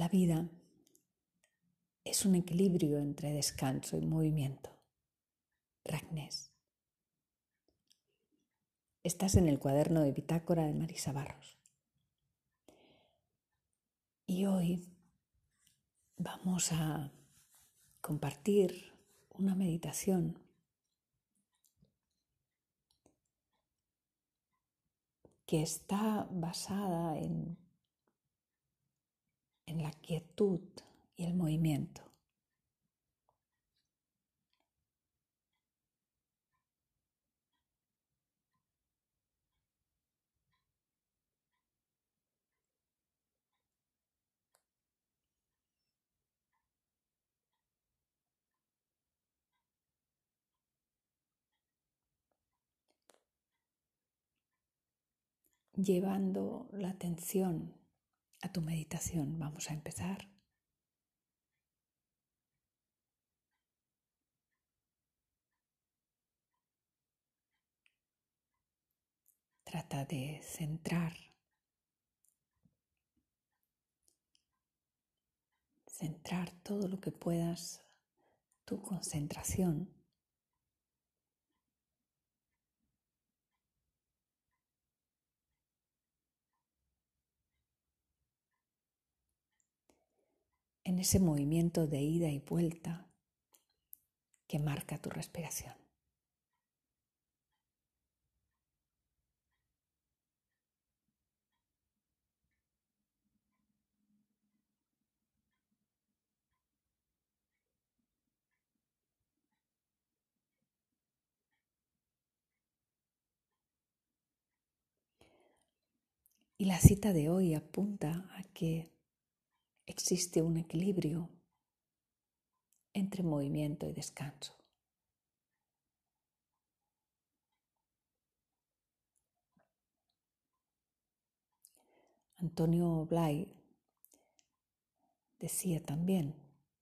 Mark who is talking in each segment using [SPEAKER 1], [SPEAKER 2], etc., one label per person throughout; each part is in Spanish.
[SPEAKER 1] La vida es un equilibrio entre descanso y movimiento. Ragnés. Estás en el cuaderno de bitácora de Marisa Barros. Y hoy vamos a compartir una meditación que está basada en la quietud y el movimiento. Llevando la atención a tu meditación, vamos a empezar. Trata de centrar todo lo que puedas tu concentración en ese movimiento de ida y vuelta que marca tu respiración. Y la cita de hoy apunta a que existe un equilibrio entre movimiento y descanso. Antonio Blay decía también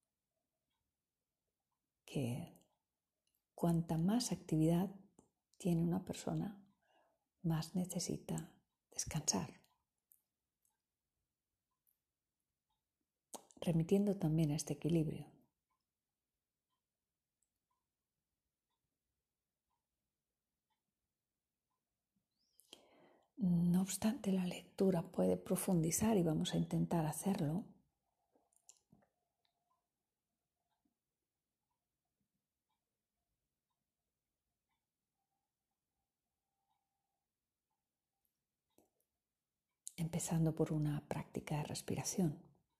[SPEAKER 1] que cuanta más actividad tiene una persona, más necesita descansar. Remitiendo también a este equilibrio. No obstante, la lectura puede profundizar y vamos a intentar hacerlo. Empezando por una práctica de respiración.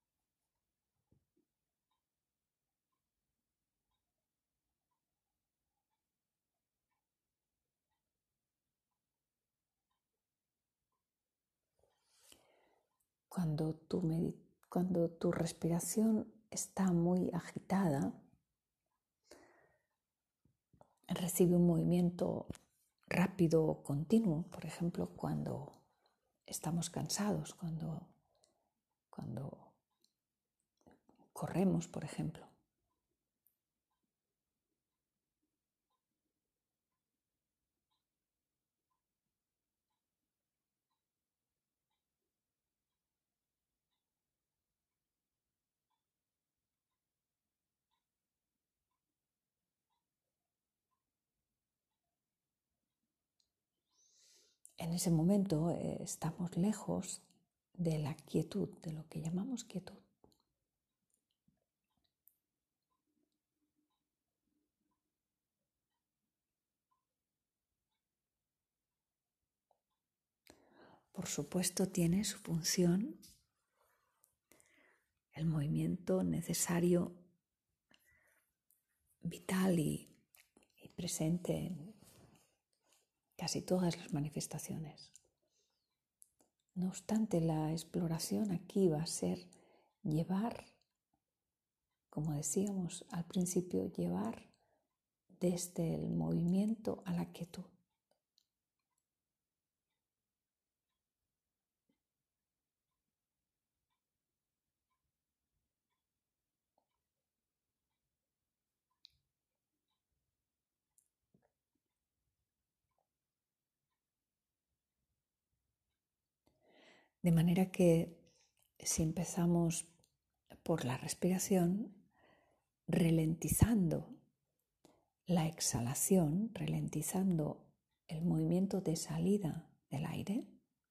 [SPEAKER 1] Cuando tu respiración está muy agitada, recibe un movimiento rápido o continuo, por ejemplo, cuando estamos cansados, cuando corremos, por ejemplo. En ese momento estamos lejos de la quietud, de lo que llamamos quietud. Por supuesto, tiene su función el movimiento necesario, vital y presente en casi todas las manifestaciones. No obstante, la exploración aquí va a ser llevar, como decíamos al principio, llevar desde el movimiento a la quietud. De manera que si empezamos por la respiración, ralentizando la exhalación, ralentizando el movimiento de salida del aire.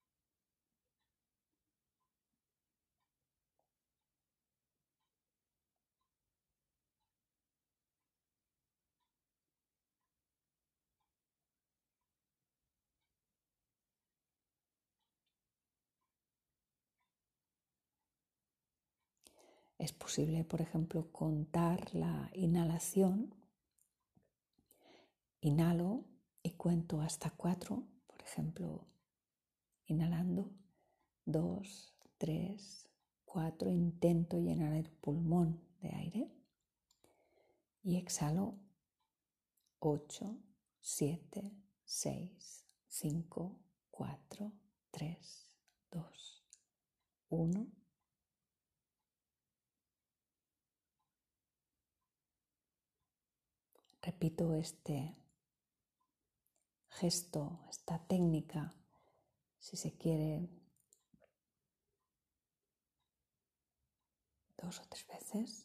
[SPEAKER 1] Es posible, por ejemplo, contar la inhalación. Inhalo y cuento hasta 4, por ejemplo, inhalando 2, 3, 4, intento llenar el pulmón de aire y exhalo 8, 7, 6, 5, 4, 3, 2, 1. Repito este gesto, esta técnica, si se quiere, 2 o 3 veces.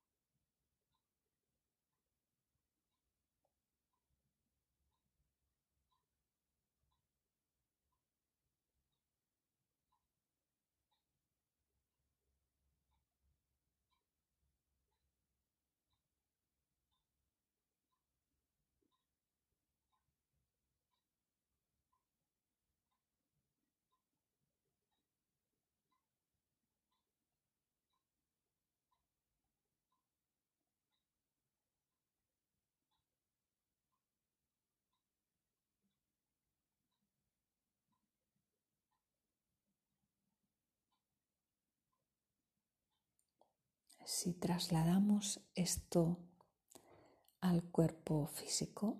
[SPEAKER 1] Si trasladamos esto al cuerpo físico,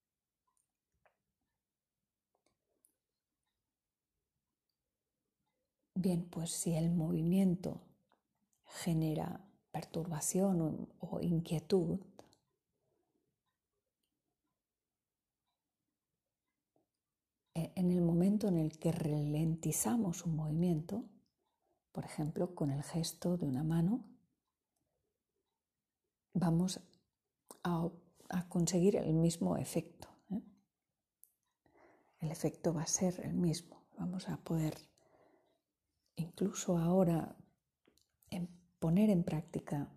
[SPEAKER 1] bien, pues si el movimiento genera perturbación o inquietud, en el momento en el que ralentizamos un movimiento, por ejemplo, con el gesto de una mano, vamos a conseguir el mismo efecto. El efecto va a ser el mismo. Vamos a poder incluso ahora poner en práctica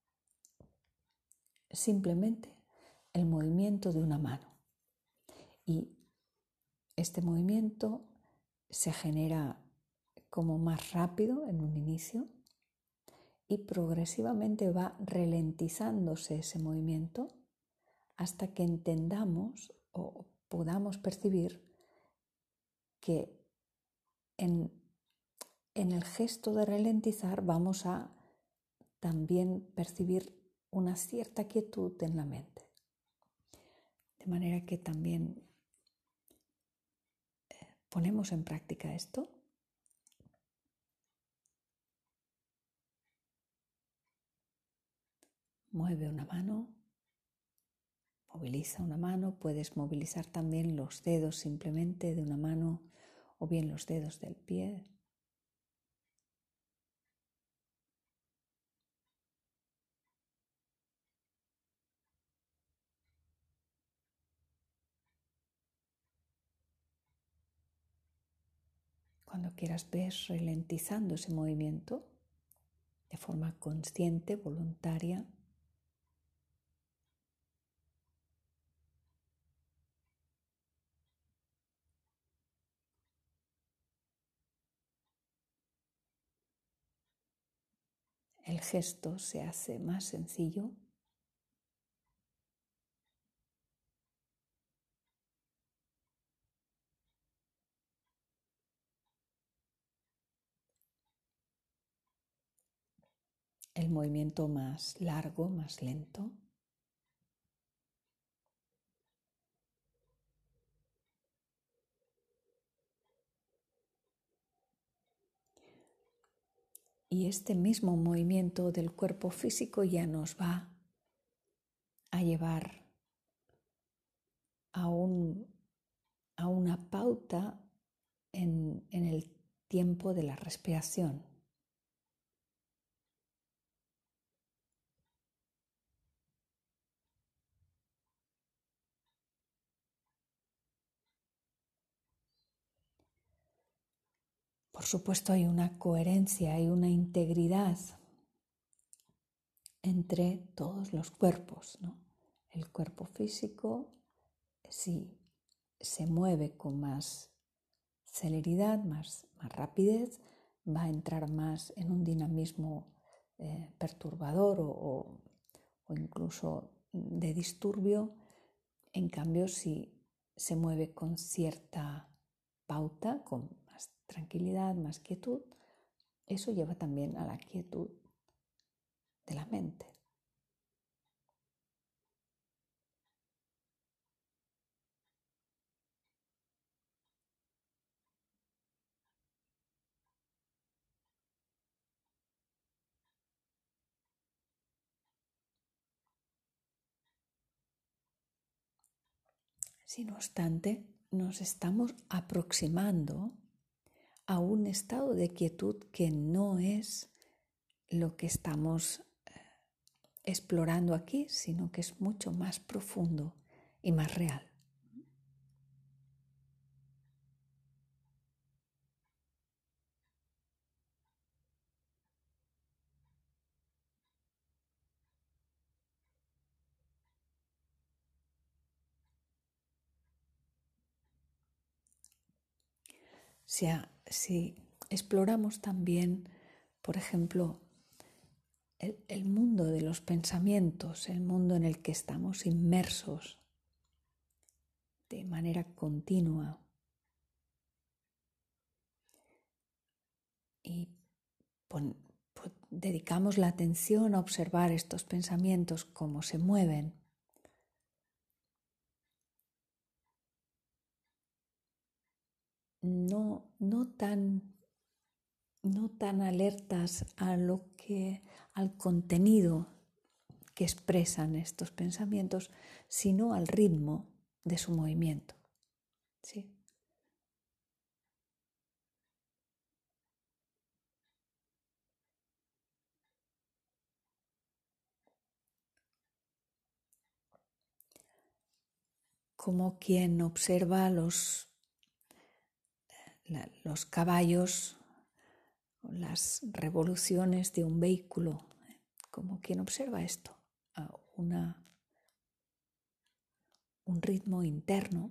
[SPEAKER 1] simplemente el movimiento de una mano. Y este movimiento se genera como más rápido en un inicio y progresivamente va ralentizándose ese movimiento hasta que entendamos o podamos percibir que en el gesto de ralentizar vamos a también percibir una cierta quietud en la mente. De manera que también ponemos en práctica esto. Mueve una mano, moviliza una mano, puedes movilizar también los dedos simplemente de una mano o bien los dedos del pie. Cuando quieras ves ralentizando ese movimiento de forma consciente, voluntaria. El gesto se hace más sencillo. El movimiento más largo, más lento. Y este mismo movimiento del cuerpo físico ya nos va a llevar a una pauta en el tiempo de la respiración. supuesto hay una coherencia, hay una integridad entre todos los cuerpos, ¿no? El cuerpo físico, si se mueve con más celeridad, más rapidez, va a entrar más en un dinamismo perturbador o incluso de disturbio. En cambio, si se mueve con cierta pauta, con más tranquilidad, más quietud, eso lleva también a la quietud de la mente. Si no obstante, nos estamos aproximando a un estado de quietud que no es lo que estamos explorando aquí, sino que es mucho más profundo y más real. Si exploramos también, por ejemplo, el mundo de los pensamientos, el mundo en el que estamos inmersos de manera continua y dedicamos la atención a observar estos pensamientos, cómo se mueven, no tan alertas al contenido que expresan estos pensamientos, sino al ritmo de su movimiento. ¿Sí? Como quien observa los caballos, las revoluciones de un vehículo, como quien observa esto, un ritmo interno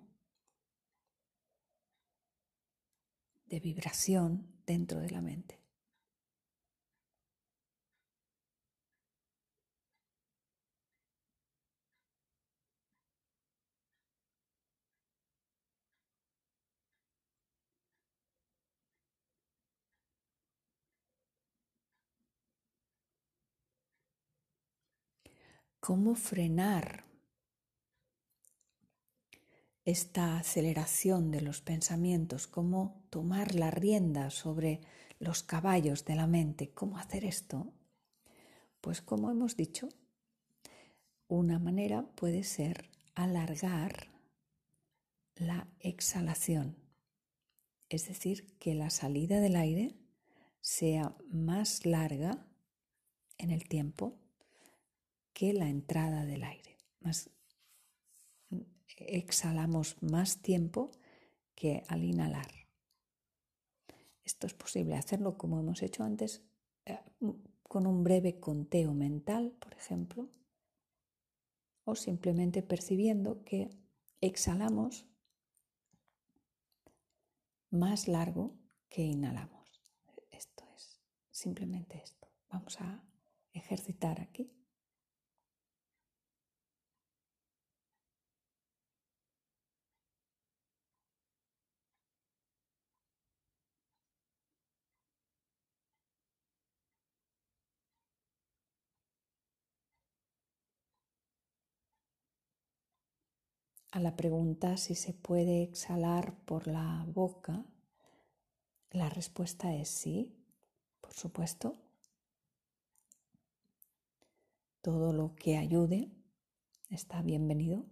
[SPEAKER 1] de vibración dentro de la mente. ¿Cómo frenar esta aceleración de los pensamientos? ¿Cómo tomar la rienda sobre los caballos de la mente? ¿Cómo hacer esto? Pues como hemos dicho, una manera puede ser alargar la exhalación, es decir, que la salida del aire sea más larga en el tiempo que la entrada del aire. Exhalamos más tiempo que al inhalar. Esto es posible hacerlo como hemos hecho antes, con un breve conteo mental, por ejemplo, o simplemente percibiendo que exhalamos más largo que inhalamos. Esto es simplemente esto. Vamos a ejercitar aquí. A la pregunta si se puede exhalar por la boca, la respuesta es sí, por supuesto. Todo lo que ayude está bienvenido.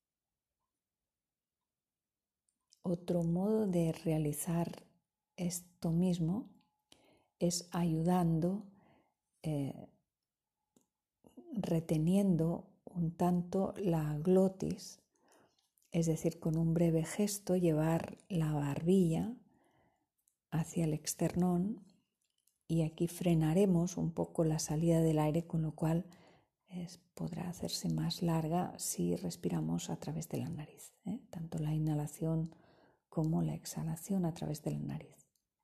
[SPEAKER 1] Otro modo de realizar esto mismo es ayudando, reteniendo un tanto la glotis, es decir, con un breve gesto llevar la barbilla hacia el esternón y aquí frenaremos un poco la salida del aire, con lo cual podrá hacerse más larga si respiramos a través de la nariz, tanto la inhalación como la exhalación a través de la nariz.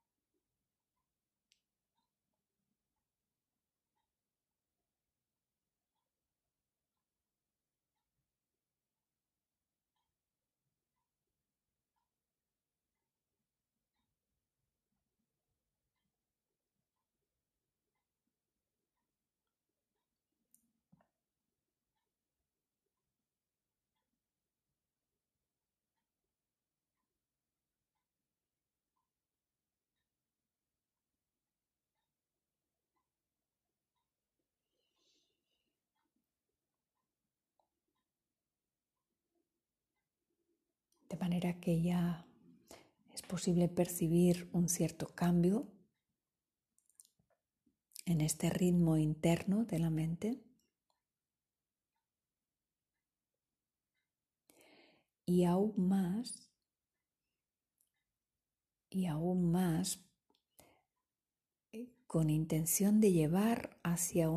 [SPEAKER 1] De manera que ya es posible percibir un cierto cambio en este ritmo interno de la mente y aún más con intención de llevar hacia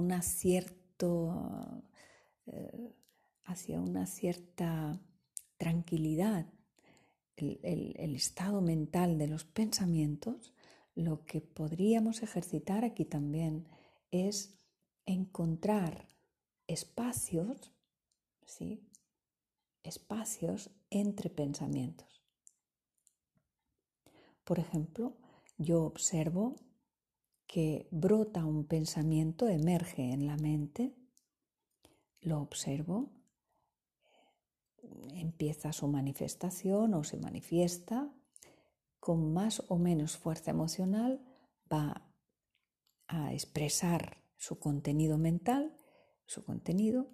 [SPEAKER 1] hacia una cierta tranquilidad el estado mental de los pensamientos. Lo que podríamos ejercitar aquí también es encontrar espacios, ¿sí? Espacios entre pensamientos. Por ejemplo, yo observo que brota un pensamiento, emerge en la mente, lo observo, empieza su manifestación o se manifiesta con más o menos fuerza emocional, va a expresar su contenido mental, su contenido,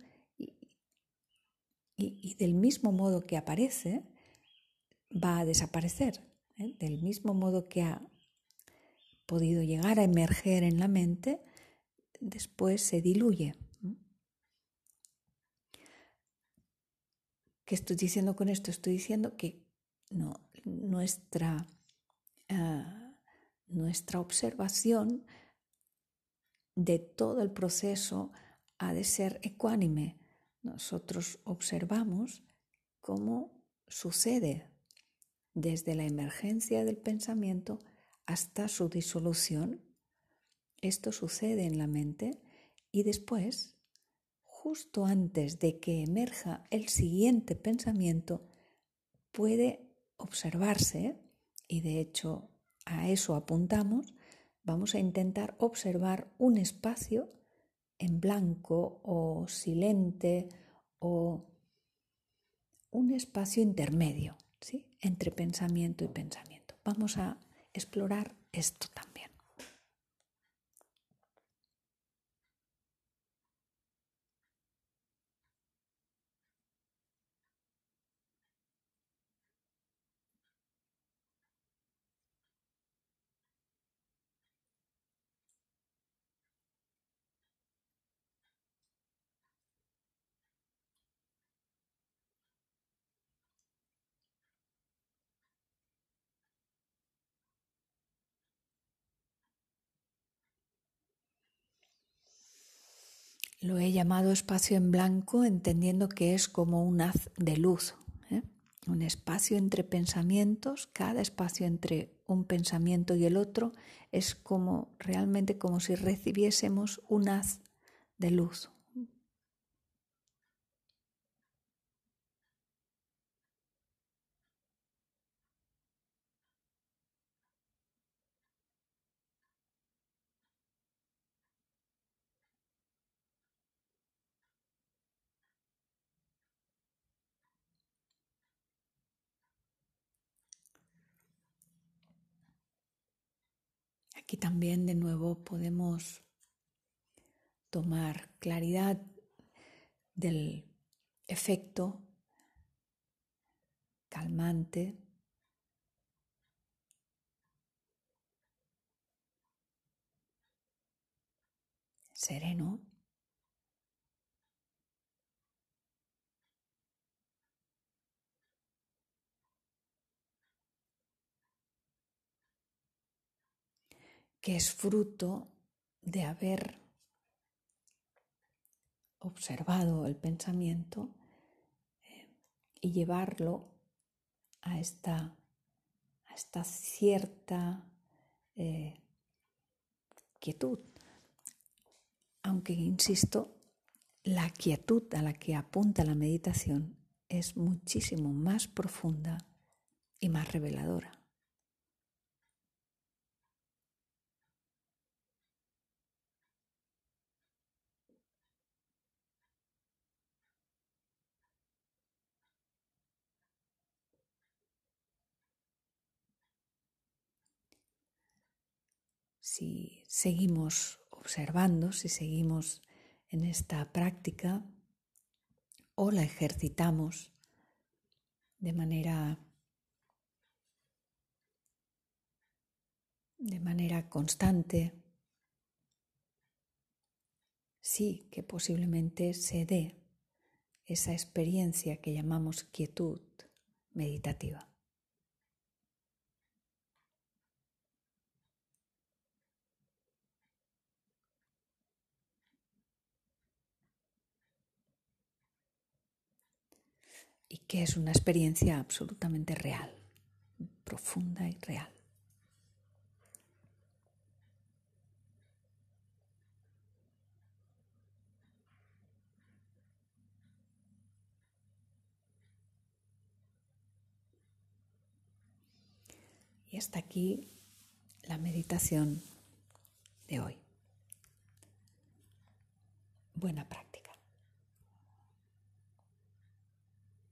[SPEAKER 1] y del mismo modo que aparece, va a desaparecer. Del mismo modo que ha podido llegar a emerger en la mente, después se diluye. ¿Qué estoy diciendo con esto? Estoy diciendo que nuestra observación de todo el proceso ha de ser ecuánime. Nosotros observamos cómo sucede desde la emergencia del pensamiento hasta su disolución. Esto sucede en la mente y después, justo antes de que emerja el siguiente pensamiento, puede observarse, y de hecho a eso apuntamos. Vamos a intentar observar un espacio en blanco o silente o un espacio intermedio, ¿sí? Entre pensamiento y pensamiento. Vamos a explorar esto también. Lo he llamado espacio en blanco, entendiendo que es como un haz de luz, un espacio entre pensamientos. Cada espacio entre un pensamiento y el otro es como realmente como si recibiésemos un haz de luz. Aquí también de nuevo podemos tomar claridad del efecto calmante, sereno, que es fruto de haber observado el pensamiento y llevarlo a esta cierta quietud. Aunque, insisto, la quietud a la que apunta la meditación es muchísimo más profunda y más reveladora. Si seguimos observando, si seguimos en esta práctica o la ejercitamos de manera constante, sí que posiblemente se dé esa experiencia que llamamos quietud meditativa. Y que es una experiencia absolutamente real, profunda y real. Y hasta aquí la meditación de hoy. Buena práctica.